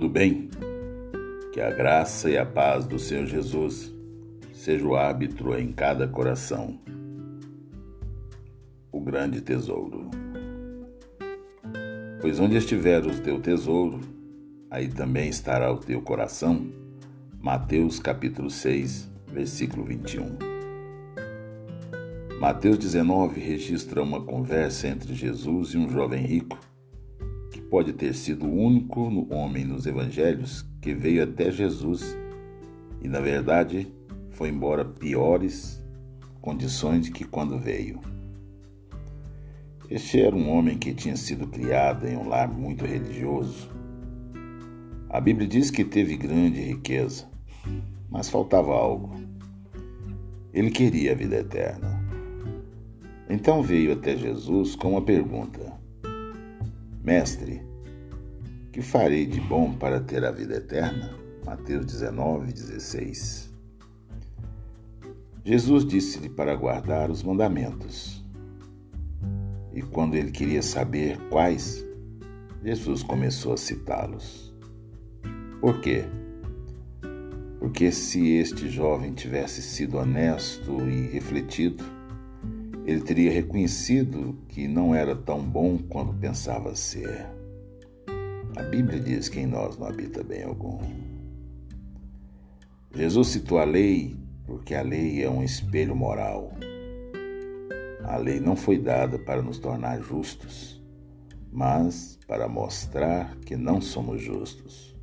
tudo bem? Que a graça e a paz do Senhor Jesus seja o árbitro em cada coração. O grande tesouro. Pois onde estiver o teu tesouro, aí também estará o teu coração. Mateus capítulo 6, versículo 21. Mateus 19 registra uma conversa entre Jesus e um jovem rico, que pode ter sido o único homem nos evangelhos que veio até Jesus e, na verdade, foi embora piores condições que quando veio. Este era um homem que tinha sido criado em um lar muito religioso. A Bíblia diz que teve grande riqueza, mas faltava algo. Ele queria a vida eterna. Então veio até Jesus com uma pergunta: Mestre, que farei de bom para ter a vida eterna? Mateus 19, 16. Jesus disse-lhe para guardar os mandamentos. E quando ele queria saber quais, Jesus começou a citá-los. Por quê? Porque se este jovem tivesse sido honesto e refletido, ele teria reconhecido que não era tão bom quanto pensava ser. A Bíblia diz que em nós não habita bem algum. Jesus citou a lei porque a lei é um espelho moral. A lei não foi dada para nos tornar justos, mas para mostrar que não somos justos.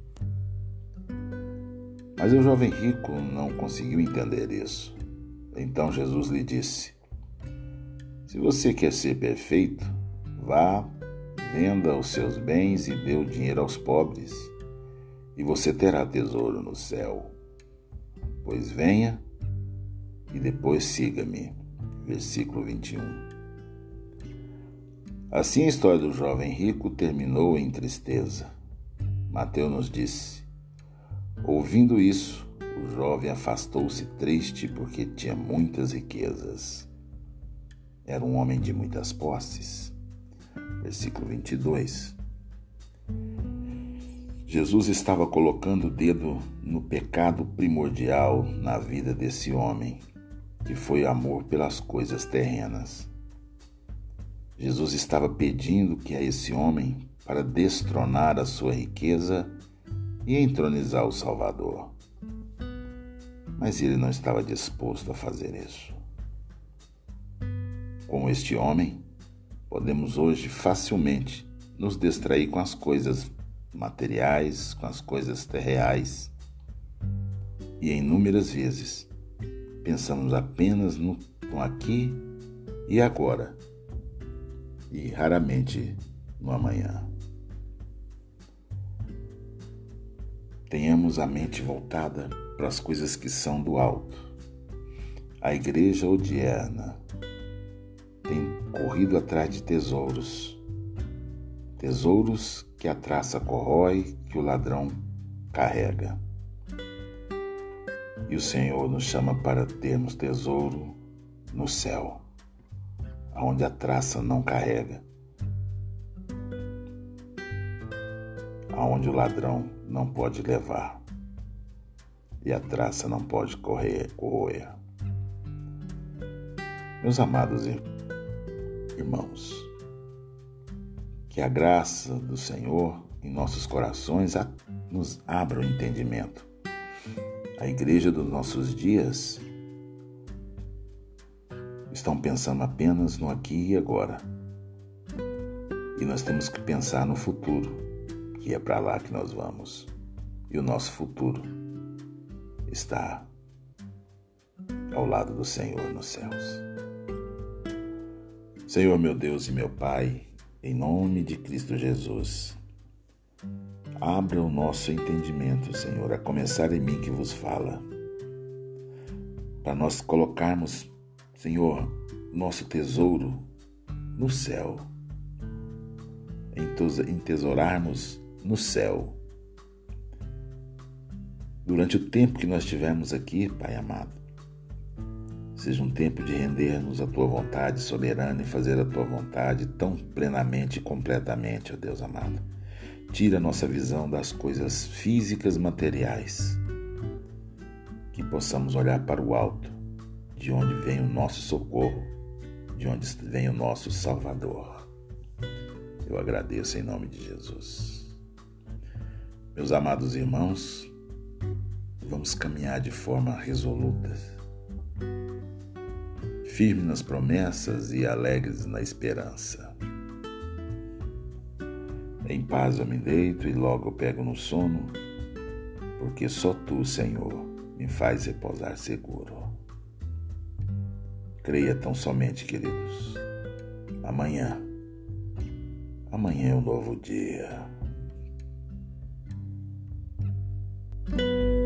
Mas o jovem rico não conseguiu entender isso. Então Jesus lhe disse: se você quer ser perfeito, vá, venda os seus bens e dê o dinheiro aos pobres, e você terá tesouro no céu. Pois venha e depois siga-me. Versículo 21. Assim a história do jovem rico terminou em tristeza. Mateus nos disse: ouvindo isso, o jovem afastou-se triste porque tinha muitas riquezas. Era um homem de muitas posses. Versículo 22. Jesus estava colocando o dedo no pecado primordial na vida desse homem, que foi amor pelas coisas terrenas. Jesus estava pedindo que a esse homem para destronar a sua riqueza e entronizar o Salvador. Mas ele não estava disposto a fazer isso. Como este homem, podemos hoje facilmente nos distrair com as coisas materiais, com as coisas terreais, e inúmeras vezes pensamos apenas no aqui e agora, e raramente no amanhã. Tenhamos a mente voltada para as coisas que são do alto. A igreja odierna tem corrido atrás de tesouros que a traça corrói, que o ladrão carrega. E o Senhor nos chama para termos tesouro no céu, onde a traça não carrega, aonde o ladrão não pode levar e a traça não pode corroer. Meus amados irmãos, que a graça do Senhor em nossos corações nos abra o entendimento. A igreja dos nossos dias estão pensando apenas no aqui e agora. E nós temos que pensar no futuro, que é para lá que nós vamos. E o nosso futuro está ao lado do Senhor nos céus. Senhor, meu Deus e meu Pai, em nome de Cristo Jesus, abra o nosso entendimento, Senhor, a começar em mim que vos fala, para nós colocarmos, Senhor, nosso tesouro no céu, entesourarmos no céu. Durante o tempo que nós estivermos aqui, Pai amado, seja um tempo de render-nos à Tua vontade soberana e fazer a Tua vontade tão plenamente e completamente, ó Deus amado, tira a nossa visão das coisas físicas materiais, que possamos olhar para o alto, de onde vem o nosso socorro, de onde vem o nosso Salvador. Eu agradeço em nome de Jesus. Meus amados irmãos, vamos caminhar de forma resoluta, firmes nas promessas e alegres na esperança. Em paz eu me deito e logo eu pego no sono, porque só Tu, Senhor, me faz repousar seguro. Creia tão somente, queridos. Amanhã é um novo dia.